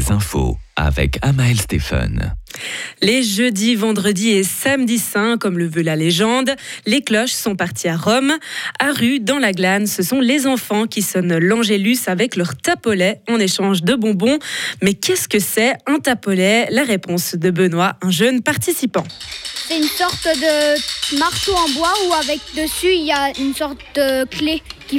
les infos avec Amael Stéphane. Les jeudis, vendredis et samedis saints, comme le veut la légende, les cloches sont parties à Rome. À Rue, dans la Glane, ce sont les enfants qui sonnent l'Angélus avec leur tapolet en échange de bonbons. Mais qu'est-ce que c'est un tapolet ? La réponse de Benoît, un jeune participant. C'est une sorte de marteau en bois où avec dessus il y a une sorte de clé qui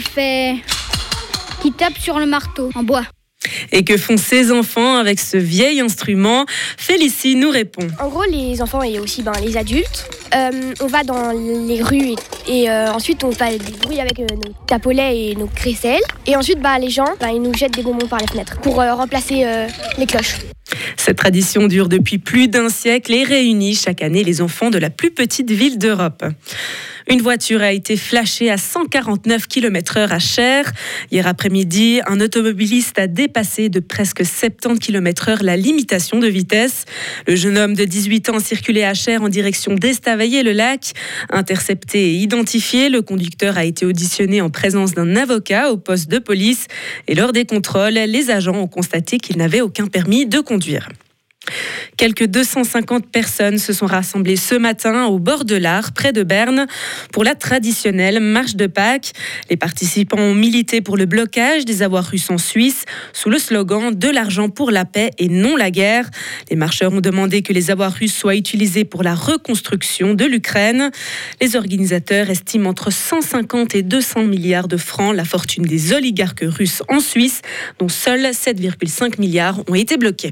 tape sur le marteau en bois. Et que font ces enfants avec ce vieil instrument ? Félicie nous répond. En gros, les enfants et aussi les adultes, on va dans les rues et ensuite on fait des bruits avec nos tapolets et nos crécelles. Et ensuite, les gens, ils nous jettent des bonbons par les fenêtres pour remplacer les cloches. Cette tradition dure depuis plus d'un siècle et réunit chaque année les enfants de la plus petite ville d'Europe. Une voiture a été flashée à 149 km/h à Cher. Hier après-midi, un automobiliste a dépassé de presque 70 km/h la limitation de vitesse. Le jeune homme de 18 ans circulait à Cher en direction d'Estavayer-le-Lac. Intercepté et identifié, le conducteur a été auditionné en présence d'un avocat au poste de police. Et lors des contrôles, les agents ont constaté qu'il n'avait aucun permis de conduire. Quelques 250 personnes se sont rassemblées ce matin au bord de l'Ar, près de Berne, pour la traditionnelle marche de Pâques. Les participants ont milité pour le blocage des avoirs russes en Suisse, sous le slogan « De l'argent pour la paix et non la guerre ». Les marcheurs ont demandé que les avoirs russes soient utilisés pour la reconstruction de l'Ukraine. Les organisateurs estiment entre 150 et 200 milliards de francs la fortune des oligarques russes en Suisse, dont seuls 7,5 milliards ont été bloqués.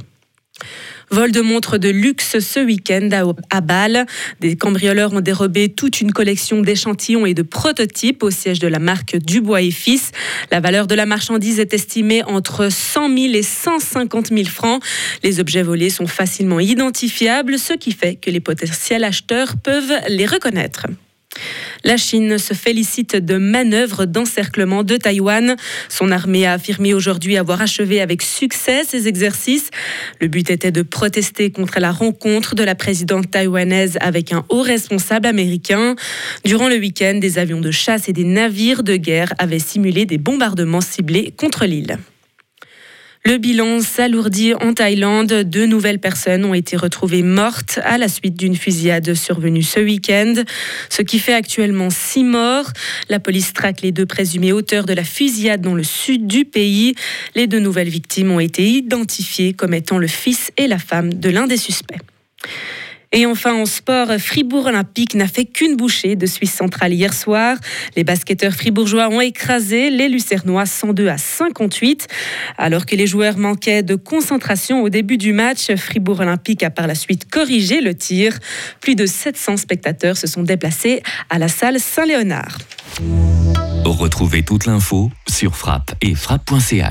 Vol de montres de luxe ce week-end à Bâle. Des cambrioleurs ont dérobé toute une collection d'échantillons et de prototypes au siège de la marque Dubois & Fils. La valeur de la marchandise est estimée entre 100 000 et 150 000 francs. Les objets volés sont facilement identifiables, ce qui fait que les potentiels acheteurs peuvent les reconnaître. La Chine se félicite de manœuvres d'encerclement de Taïwan. Son armée a affirmé aujourd'hui avoir achevé avec succès ces exercices. Le but était de protester contre la rencontre de la présidente taïwanaise avec un haut responsable américain. Durant le week-end, des avions de chasse et des navires de guerre avaient simulé des bombardements ciblés contre l'île. Le bilan s'alourdit en Thaïlande. 2 nouvelles personnes ont été retrouvées mortes à la suite d'une fusillade survenue ce week-end, ce qui fait actuellement 6 morts. La police traque les 2 présumés auteurs de la fusillade dans le sud du pays. Les 2 nouvelles victimes ont été identifiées comme étant le fils et la femme de l'un des suspects. Et enfin, en sport, Fribourg Olympique n'a fait qu'une bouchée de Suisse centrale hier soir. Les basketteurs fribourgeois ont écrasé les Lucernois 102-58. Alors que les joueurs manquaient de concentration au début du match, Fribourg Olympique a par la suite corrigé le tir. Plus de 700 spectateurs se sont déplacés à la salle Saint-Léonard. Retrouvez toute l'info sur frappe et frappe.ch.